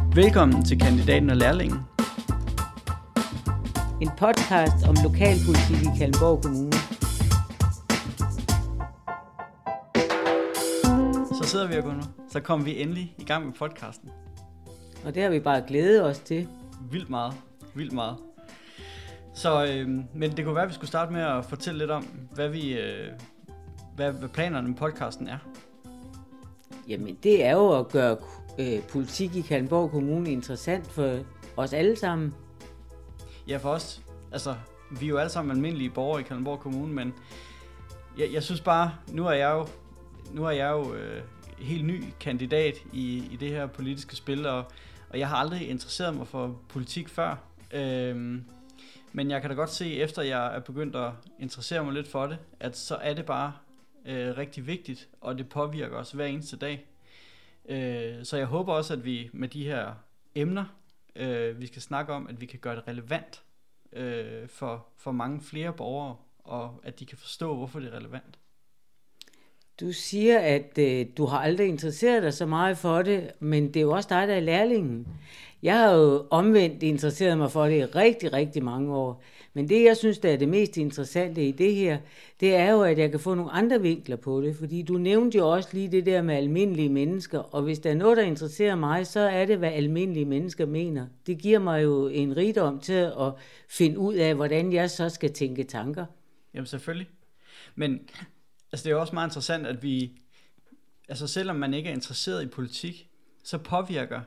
Velkommen til Kandidaten og Lærlingen. En podcast om lokalpolitik i Kalundborg Kommune. Så sidder vi og Gunnar. Så kommer vi endelig i gang med podcasten. Og det har vi bare glædet os til. Vildt meget. Så, men det kunne være, at vi skulle starte med at fortælle lidt om, hvad planerne med podcasten er. Jamen, det er jo at gøre politik i Kalundborg Kommune interessant for os alle sammen. Ja, for os. Altså, vi er jo alle sammen almindelige borgere i Kalundborg Kommune, men jeg synes bare, nu er jeg jo helt ny kandidat i det her politiske spil, og jeg har aldrig interesseret mig for politik før. Men jeg kan da godt se, efter jeg er begyndt at interessere mig lidt for det, at så er det bare rigtig vigtigt, og det påvirker os hver eneste dag. Så jeg håber også, at vi med de her emner, vi skal snakke om, at vi kan gøre det relevant for mange flere borgere, og at de kan forstå, hvorfor det er relevant. Du siger, at du har aldrig interesseret dig så meget for det, men det er jo også dig, der er lærlingen. Jeg har jo omvendt interesseret mig for det i rigtig, rigtig mange år. Men det, jeg synes, der er det mest interessante i det her, det er jo, at jeg kan få nogle andre vinkler på det. Fordi du nævnte jo også lige det der med almindelige mennesker, og hvis der er noget, der interesserer mig, så er det, hvad almindelige mennesker mener. Det giver mig jo en rigdom til at finde ud af, hvordan jeg så skal tænke tanker. Jamen selvfølgelig. Men altså, det er jo også meget interessant, at vi, altså selvom man ikke er interesseret i politik, så påvirker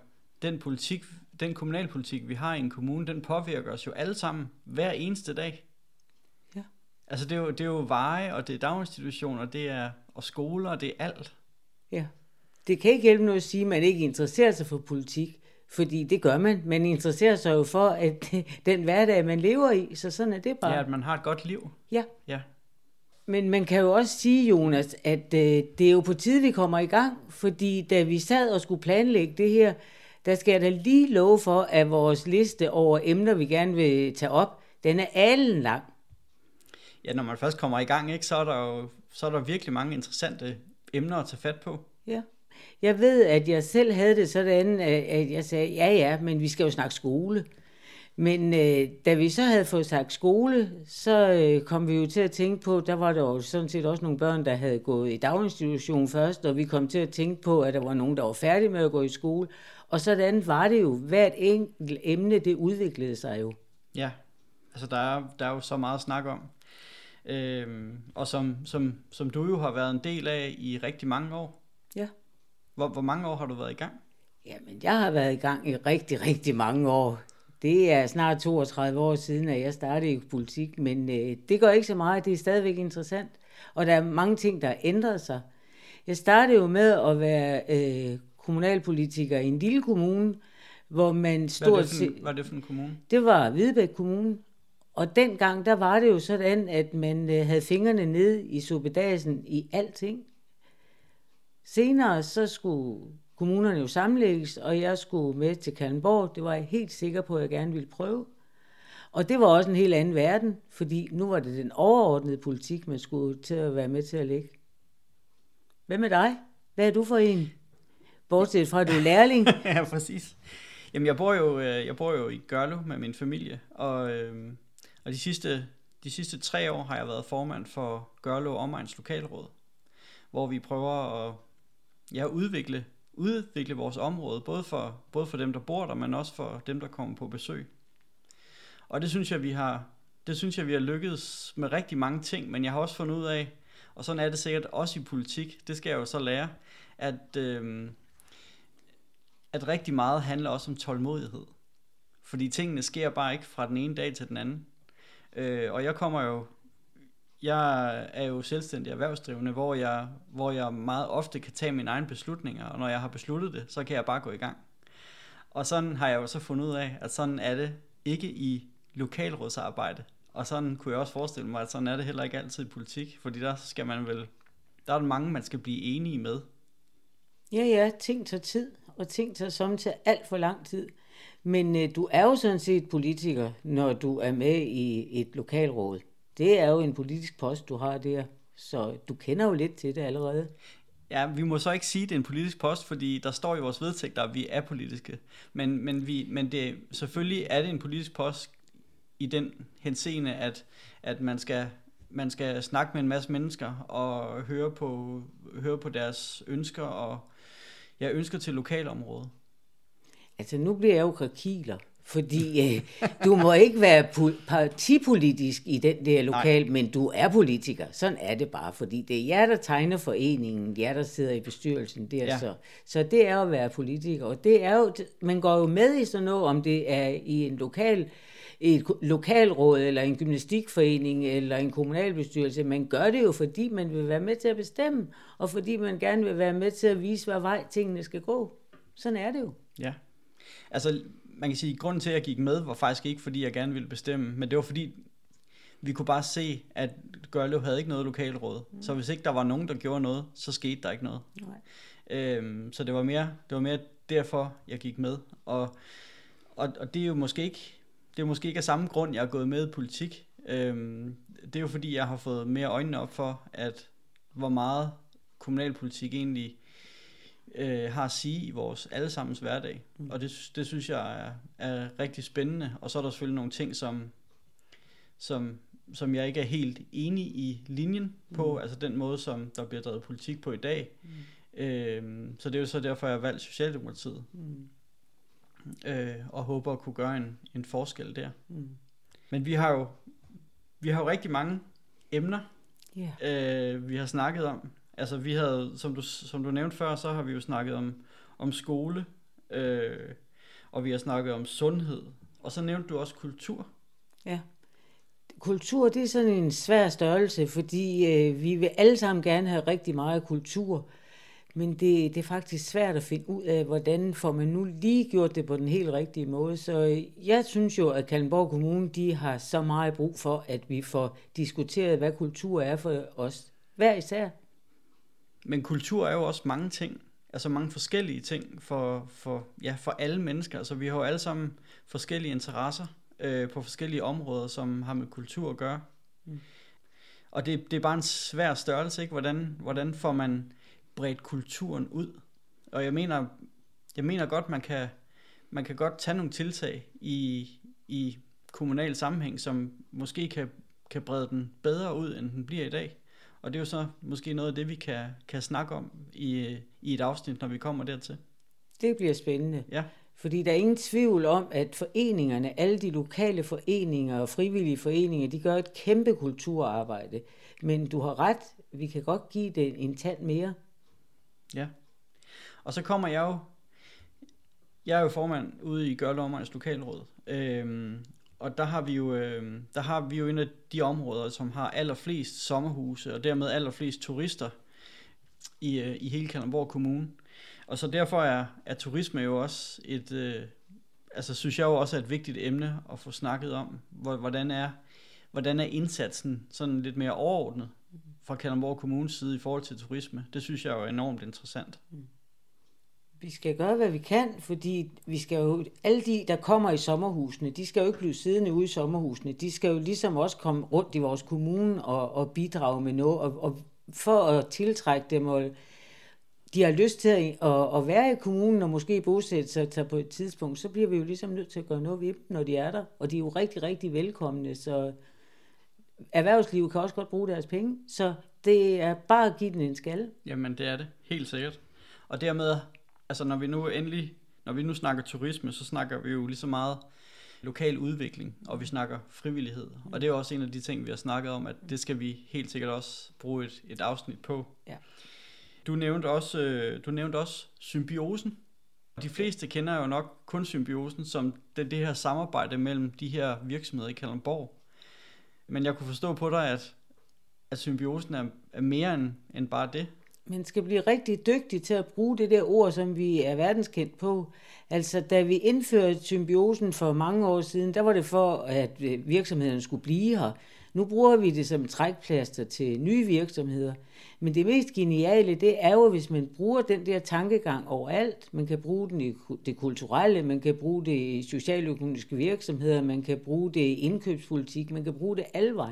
den kommunalpolitik, vi har i en kommune, den påvirker os jo alle sammen hver eneste dag. Ja. Altså det er jo veje, og det er daginstitutioner, det er og skoler, og det er alt. Ja. Det kan ikke hjælpe noget at sige, at man ikke interesserer sig for politik, fordi det gør man. Man interesserer sig jo for, at den hverdag, man lever i, så sådan er det bare. Ja, at man har et godt liv. Ja. Ja. Men man kan jo også sige, Jonas, at det er jo på tide, vi kommer i gang, fordi da vi sad og skulle planlægge det her, der skal jeg da lige love for, at vores liste over emner, vi gerne vil tage op, den er alen lang. Ja, når man først kommer i gang, ikke, så er der virkelig mange interessante emner at tage fat på. Ja. Jeg ved, at jeg selv havde det sådan, at jeg sagde, ja, men vi skal jo snakke skole. Men da vi så havde fået sagt skole, så kom vi jo til at tænke på, der var der jo sådan set også nogle børn, der havde gået i daginstitution først, og vi kom til at tænke på, at der var nogen, der var færdige med at gå i skole. Og sådan var det jo. Hvert enkelt emne, det udviklede sig jo. Ja, altså der er jo så meget at snakke om. Og som du jo har været en del af i rigtig mange år. Ja. Hvor mange år har du været i gang? Jamen, jeg har været i gang i rigtig, rigtig mange år. Det er snart 32 år siden, at jeg startede i politik, men det går ikke så meget. Det er stadigvæk interessant. Og der er mange ting, der har ændret sig. Jeg startede jo med at være kommunalpolitiker i en lille kommune, hvor man stort set... Hvad var det for en kommune? Det var Hvidebæk Kommune. Og dengang, der var det jo sådan, at man havde fingrene nede i suppedasen i alting. Senere så skulle kommunerne jo sammenlægges, og jeg skulle med til Kalundborg. Det var jeg helt sikker på, at jeg gerne ville prøve. Og det var også en helt anden verden, fordi nu var det den overordnede politik, man skulle til at være med til at lægge. Hvad med dig? Hvad er du for en? Bortset fra, at du er lærling. Ja, præcis. Jamen, jeg bor jo i Gørlev med min familie, og de sidste 3 år har jeg været formand for Gørlev Omegns Lokalråd, hvor vi prøver at udvikle vores område, både for dem, der bor der, men også for dem, der kommer på besøg. Og det synes jeg, vi har lykkedes med rigtig mange ting, men jeg har også fundet ud af, og sådan er det sikkert også i politik, det skal jeg jo så lære, at rigtig meget handler også om tålmodighed. Fordi tingene sker bare ikke fra den ene dag til den anden. Og jeg er jo selvstændig erhvervsdrivende, hvor jeg meget ofte kan tage mine egne beslutninger, og når jeg har besluttet det, så kan jeg bare gå i gang. Og sådan har jeg jo så fundet ud af, at sådan er det ikke i lokalrådsarbejde. Og sådan kunne jeg også forestille mig, at sådan er det heller ikke altid i politik, fordi der er mange, man skal blive enige med. Ja, ting tager tid, og ting tager samtidig alt for lang tid. Men du er jo sådan set politiker, når du er med i et lokalråd. Det er jo en politisk post, du har der, så du kender jo lidt til det allerede. Ja, vi må så ikke sige, at det er en politisk post, fordi der står i vores vedtægter, at vi er politiske. Men det, selvfølgelig er det en politisk post i den henseende, at man skal snakke med en masse mennesker og høre på deres ønsker og ønsker til lokalområdet. Altså nu bliver jeg jo krakiler, fordi du må ikke være partipolitisk i den der lokal, men du er politiker. Sådan er det bare, fordi det er jer, der tegner foreningen, jer, der sidder i bestyrelsen. Det er så det er at være politiker, og det er jo, man går jo med i sådan noget, om det er i et lokalråd, eller en gymnastikforening, eller en kommunalbestyrelse. Man gør det jo, fordi man vil være med til at bestemme, og fordi man gerne vil være med til at vise, hvad vej tingene skal gå. Sådan er det jo. Ja. Altså, man kan sige, at grunden til, at jeg gik med, var faktisk ikke, fordi jeg gerne ville bestemme, men det var fordi, vi kunne bare se, at Gørlev havde ikke noget lokalråd. Så hvis ikke der var nogen, der gjorde noget, så skete der ikke noget. Så det var mere derfor, jeg gik med. Og det er jo måske ikke af samme grund, jeg er gået med i politik. Det er jo fordi, jeg har fået mere øjnene op for, at hvor meget kommunalpolitik egentlig har at sige i vores allesammens hverdag. Og det synes jeg er rigtig spændende. Og så er der selvfølgelig nogle ting, som jeg ikke er helt enig i linjen på, altså den måde, som der bliver drevet politik på i dag. Så det er jo så derfor, jeg har valgt Socialdemokratiet. Og håber at kunne gøre en forskel der. Men vi har jo rigtig mange emner, vi har snakket om. Altså vi havde, som du nævnte før, så har vi jo snakket om skole, og vi har snakket om sundhed, og så nævnte du også kultur. Ja, kultur, det er sådan en svær størrelse, fordi vi vil alle sammen gerne have rigtig meget kultur, men det er faktisk svært at finde ud af, hvordan får man nu lige gjort det på den helt rigtige måde. Så jeg synes jo, at Kalundborg Kommune, de har så meget brug for, at vi får diskuteret, hvad kultur er for os hver især. Men kultur er jo også mange ting, altså mange forskellige ting for alle mennesker. Altså vi har jo alle sammen forskellige interesser på forskellige områder, som har med kultur at gøre. Og det er bare en svær størrelse, ikke? Hvordan får man bredt kulturen ud? Og jeg mener godt, man kan godt tage nogle tiltag i kommunal sammenhæng, som måske kan brede den bedre ud, end den bliver i dag. Og det er jo så måske noget af det, vi kan snakke om i et afsnit, når vi kommer dertil. Det bliver spændende. Ja. Fordi der er ingen tvivl om, at foreningerne, alle de lokale foreninger og frivillige foreninger, de gør et kæmpe kulturarbejde. Men du har ret, vi kan godt give det en tand mere. Ja. Og så kommer jeg er jo formand ude i Gørlev Omegns Lokalråd. Og der har vi jo en af de områder, som har allerflest sommerhuse, og dermed allerflest turister i hele Kalundborg Kommune. Og så derfor er turisme jo også synes jeg jo også er et vigtigt emne at få snakket om. Hvordan er indsatsen sådan lidt mere overordnet fra Kalundborg Kommunes side i forhold til turisme? Det synes jeg jo er enormt interessant. Vi skal gøre, hvad vi kan, fordi vi skal jo, alle de, der kommer i sommerhusene, de skal jo ikke blive siddende ude i sommerhusene. De skal jo ligesom også komme rundt i vores kommune og bidrage med noget. Og for at tiltrække dem, og de har lyst til at være i kommunen og måske bosætte sig på et tidspunkt, så bliver vi jo ligesom nødt til at gøre noget ved dem, når de er der. Og de er jo rigtig, rigtig velkomne, så erhvervslivet kan også godt bruge deres penge. Så det er bare at give den en skalle. Jamen det er det, helt sikkert. Og dermed, altså når vi nu snakker turisme, så snakker vi jo lige så meget lokal udvikling, og vi snakker frivillighed. Og det er også en af de ting, vi har snakket om, at det skal vi helt sikkert også bruge et afsnit på. Ja. Du nævnte også symbiosen. De fleste kender jo nok kun symbiosen som det her samarbejde mellem de her virksomheder i Kalundborg. Men jeg kunne forstå på dig, at symbiosen er mere end bare det. Man skal blive rigtig dygtig til at bruge det der ord, som vi er verdenskendt på. Altså, da vi indførte symbiosen for mange år siden, der var det for, at virksomhederne skulle blive her. Nu bruger vi det som trækplaster til nye virksomheder. Men det mest geniale, det er jo, hvis man bruger den der tankegang overalt. Man kan bruge den i det kulturelle, man kan bruge det i socialøkonomiske virksomheder, man kan bruge det i indkøbspolitik, man kan bruge det alle vejen.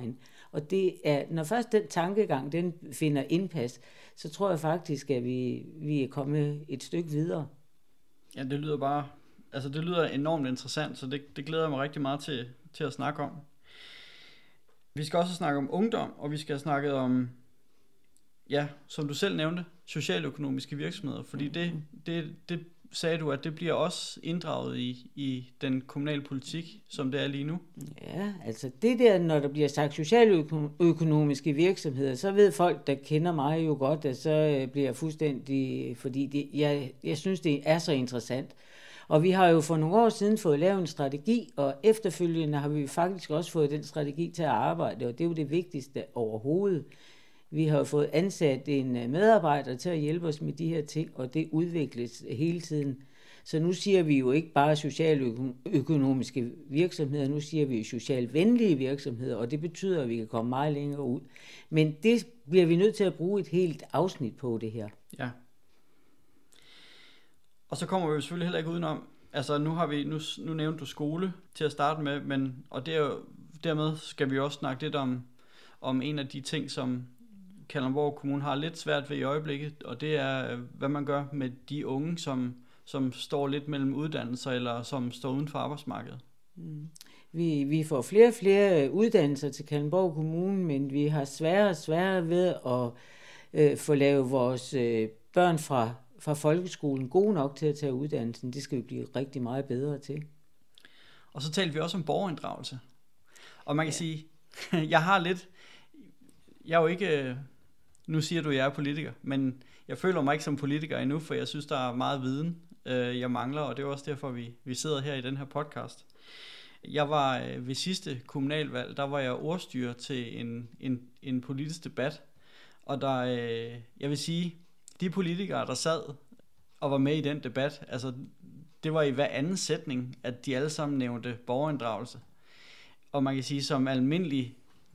Og det er, når først den tankegang, den finder indpas, så tror jeg faktisk, at vi er kommet et stykke videre. Ja, det lyder bare, altså det lyder enormt interessant, så det glæder jeg mig rigtig meget til at snakke om. Vi skal også snakke om ungdom, og vi skal have snakket om, ja, som du selv nævnte, socialøkonomiske virksomheder, fordi det sagde du, at det bliver også inddraget i den kommunale politik, som det er lige nu. Ja, altså det der, når der bliver sagt socialøkonomiske virksomheder, så ved folk, der kender mig jo godt, at så bliver jeg fuldstændig, fordi jeg synes, det er så interessant. Og vi har jo for nogle år siden fået lavet en strategi, og efterfølgende har vi faktisk også fået den strategi til at arbejde, og det er jo det vigtigste overhovedet. Vi har jo fået ansat en medarbejder til at hjælpe os med de her ting, og det udvikles hele tiden. Så nu siger vi jo ikke bare socialøkonomiske virksomheder, nu siger vi socialvenlige virksomheder, og det betyder, at vi kan komme meget længere ud. Men det bliver vi nødt til at bruge et helt afsnit på det her. Ja. Og så kommer vi jo selvfølgelig heller ikke udenom, altså nu nævnte du skole til at starte med, og dermed skal vi også snakke lidt om en af de ting, som Kalundborg Kommune har lidt svært ved i øjeblikket, og det er, hvad man gør med de unge, som står lidt mellem uddannelser, eller som står uden for arbejdsmarkedet. Vi får flere og flere uddannelser til Kalundborg Kommune, men vi har sværere ved at få lavet vores børn fra folkeskolen gode nok til at tage uddannelsen. Det skal vi blive rigtig meget bedre til. Og så talte vi også om borgerinddragelse. Og man kan sige, jeg er jo ikke, nu siger du, at jeg er politiker, men jeg føler mig ikke som politiker endnu, for jeg synes, der er meget viden, jeg mangler, og det er også derfor, vi sidder her i den her podcast. Jeg var ved sidste kommunalvalg, der var jeg ordstyrer til en politisk debat, og der, jeg vil sige, de politikere, der sad og var med i den debat, altså det var i hver anden sætning, at de alle sammen nævnte borgerinddragelse. Og man kan sige, som almindelig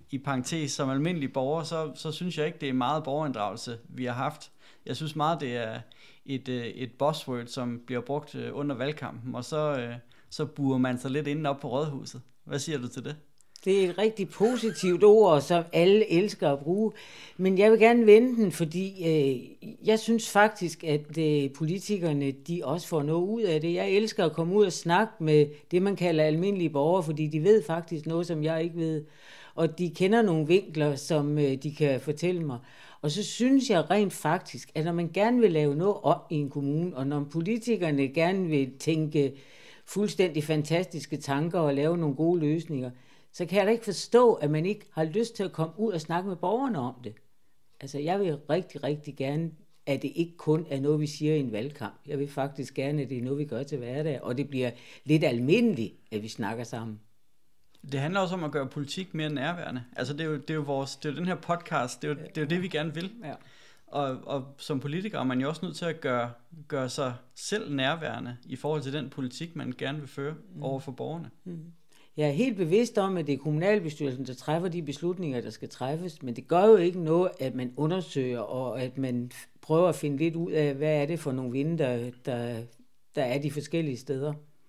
borger, så synes jeg ikke, det er meget borgerinddragelse, vi har haft. Jeg synes meget, det er et buzzword, som bliver brugt under valgkampen, og så burer man sig lidt inde op på Rådhuset. Hvad siger du til det? Det er et rigtig positivt ord, som alle elsker at bruge. Men jeg vil gerne vende den, fordi jeg synes faktisk, at politikerne de også får noget ud af det. Jeg elsker at komme ud og snakke med det, man kalder almindelige borgere, fordi de ved faktisk noget, som jeg ikke ved. Og de kender nogle vinkler, som de kan fortælle mig. Og så synes jeg rent faktisk, at når man gerne vil lave noget om i en kommune, og når politikerne gerne vil tænke fuldstændig fantastiske tanker og lave nogle gode løsninger, så kan jeg da ikke forstå, at man ikke har lyst til at komme ud og snakke med borgerne om det. Altså, jeg vil rigtig, rigtig gerne, at det ikke kun er noget, vi siger i en valgkamp. Jeg vil faktisk gerne, at det er noget, vi gør til hverdag, og det bliver lidt almindeligt, at vi snakker sammen. Det handler også om at gøre politik mere nærværende. Altså, det er jo den her podcast, det er jo det, vi gerne vil. Ja. Og som politiker er man jo også nødt til at gøre sig selv nærværende i forhold til den politik, man gerne vil føre over for borgerne. Jeg er helt bevidst om, at det er kommunalbestyrelsen, der træffer de beslutninger, der skal træffes, men det gør jo ikke noget, at man undersøger, og at man prøver at finde lidt ud af, hvad er det for nogle vinde, der er de forskellige steder.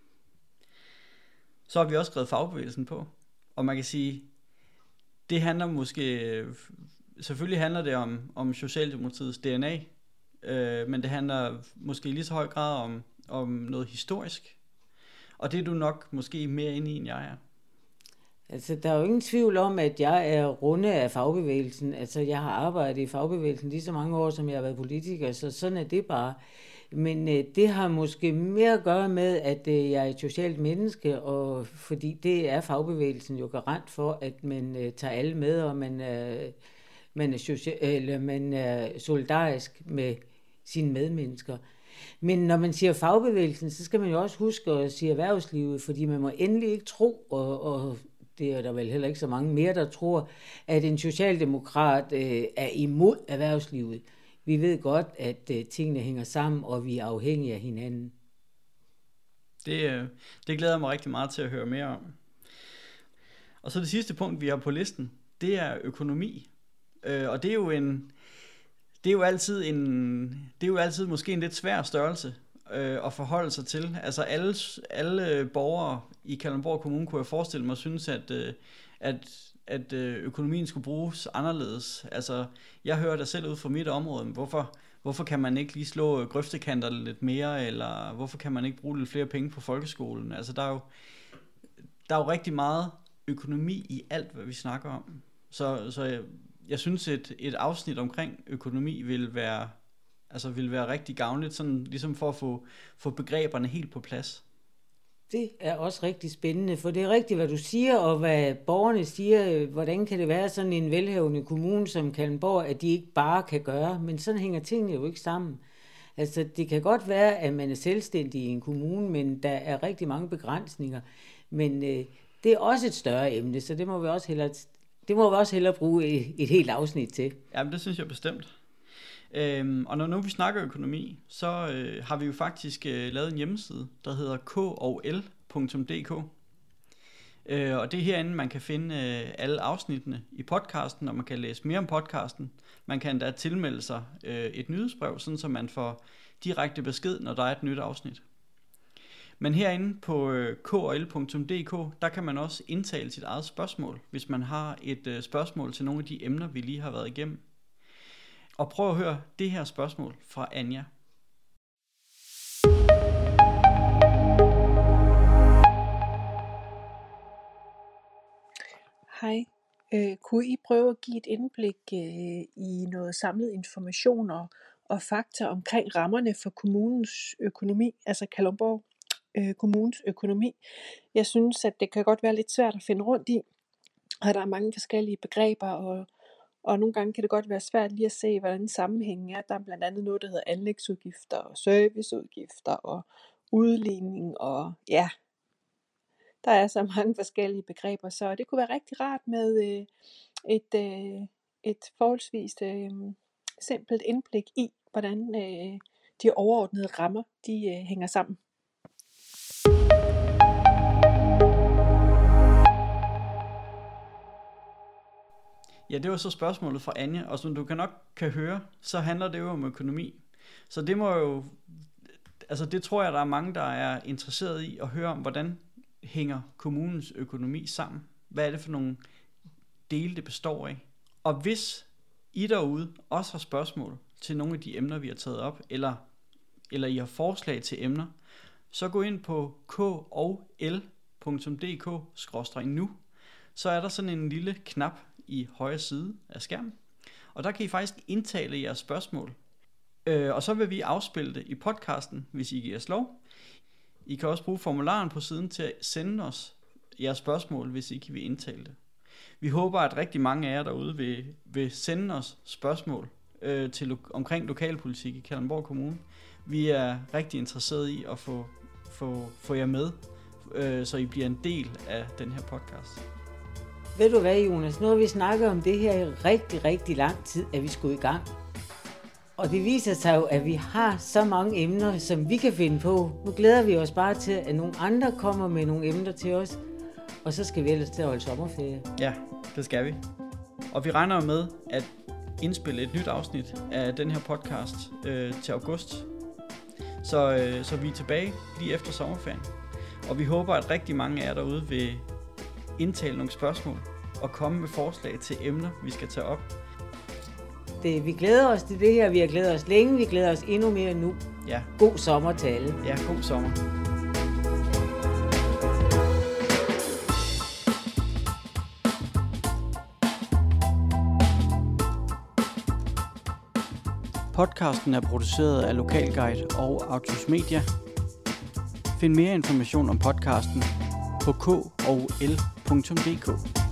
Så har vi også skrevet fagbevægelsen på, og man kan sige, det handler måske, selvfølgelig handler det om Socialdemokratiets DNA, men det handler måske i lige så høj grad om noget historisk. Og det er du nok måske mere inde i, end jeg er. Altså, der er jo ingen tvivl om, at jeg er runde af fagbevægelsen. Altså, jeg har arbejdet i fagbevægelsen lige så mange år, som jeg har været politiker, så sådan er det bare. Men det har måske mere at gøre med, at jeg er et socialt menneske, og fordi det er fagbevægelsen jo garant for, at man tager alle med, og man er solidarisk med sine medmennesker. Men når man siger fagbevægelsen, så skal man jo også huske at sige erhvervslivet, fordi man må endelig ikke tro, og det er der vel heller ikke så mange mere, der tror, at en socialdemokrat er imod erhvervslivet. Vi ved godt, at tingene hænger sammen, og vi er afhængige af hinanden. Det glæder jeg mig rigtig meget til at høre mere om. Og så det sidste punkt, vi har på listen, det er økonomi. Og det er jo altid måske en lidt svær størrelse at forholde sig til. Altså alle borgere i Kalundborg Kommune kunne jeg forestille mig synes, at at økonomien skulle bruges anderledes. Altså, jeg hører det selv ud fra mit område, hvorfor kan man ikke lige slå grøftekanterne lidt mere, eller hvorfor kan man ikke bruge lidt flere penge på folkeskolen? Altså, der er jo rigtig meget økonomi i alt, hvad vi snakker om. Så jeg synes, et afsnit omkring økonomi vil være rigtig gavnligt, sådan ligesom for at få begreberne helt på plads. Det er også rigtig spændende, for det er rigtigt, hvad du siger, og hvad borgerne siger. Hvordan kan det være sådan en velhavende kommune som Kalundborg, at de ikke bare kan gøre, men sådan hænger tingene jo ikke sammen. Altså, det kan godt være, at man er selvstændig i en kommune, men der er rigtig mange begrænsninger. Men det er også et større emne, så det må vi også hellere bruge et helt afsnit til. Jamen, det synes jeg bestemt. Og når nu vi snakker økonomi, så har vi jo faktisk lavet en hjemmeside, der hedder kol.dk. Og det er herinde, man kan finde alle afsnittene i podcasten, og man kan læse mere om podcasten. Man kan da tilmelde sig et nyhedsbrev, sådan så man får direkte besked, når der er et nyt afsnit. Men herinde på kol.dk, der kan man også indtale sit eget spørgsmål, hvis man har et spørgsmål til nogle af de emner, vi lige har været igennem. Og prøv at høre det her spørgsmål fra Anja. Hej. Kunne I prøve at give et indblik i noget samlet information og fakta omkring rammerne for kommunens økonomi, altså Kalundborg kommunens økonomi? Jeg synes, at det kan godt være lidt svært at finde rundt i, og der er mange forskellige begreber, og nogle gange kan det godt være svært lige at se, hvordan sammenhængen er. Der er blandt andet noget, der hedder anlægsudgifter og serviceudgifter og udligning, og ja, der er så mange forskellige begreber, så det kunne være rigtig rart med et forholdsvis simpelt indblik i, hvordan de overordnede rammer, de hænger sammen. Ja, det var så spørgsmålet fra Anja, og som du kan høre, så handler det jo om økonomi. Så det må jo, altså det tror jeg, der er mange, der er interesseret i at høre om, hvordan hænger kommunens økonomi sammen. Hvad er det for nogle dele, det består af? Og hvis I derude også har spørgsmål til nogle af de emner, vi har taget op, eller I har forslag til emner, så gå ind på kol.dk/nu. Så er der sådan en lille knap i højre side af skærmen, og der kan I faktisk indtale jeres spørgsmål. Og så vil vi afspille det i podcasten, hvis I giver os lov. I kan også bruge formularen på siden til at sende os jeres spørgsmål, hvis I ikke vil indtale det. Vi håber, at rigtig mange af jer derude vil sende os spørgsmål omkring lokalpolitik i Kalundborg Kommune. Vi er rigtig interesserede i at få jer med, så I bliver en del af den her podcast. Ved du hvad, Jonas? Nu har vi snakket om det her i rigtig, rigtig lang tid, at vi skulle i gang. Og det viser sig jo, at vi har så mange emner, som vi kan finde på. Nu glæder vi os bare til, at nogle andre kommer med nogle emner til os. Og så skal vi ellers til at holde sommerferie. Ja, det skal vi. Og vi regner med at indspille et nyt afsnit af den her podcast til august. Så vi er tilbage lige efter sommerferien. Og vi håber, at rigtig mange af jer derude vil indtale nogle spørgsmål og komme med forslag til emner, vi skal tage op. Vi glæder os til det her. Vi har glædet os længe. Vi glæder os endnu mere nu. Ja. God sommer til alle. Ja, god sommer. Podcasten er produceret af Lokalguide og Autos Media. Find mere information om podcasten på kol.dk.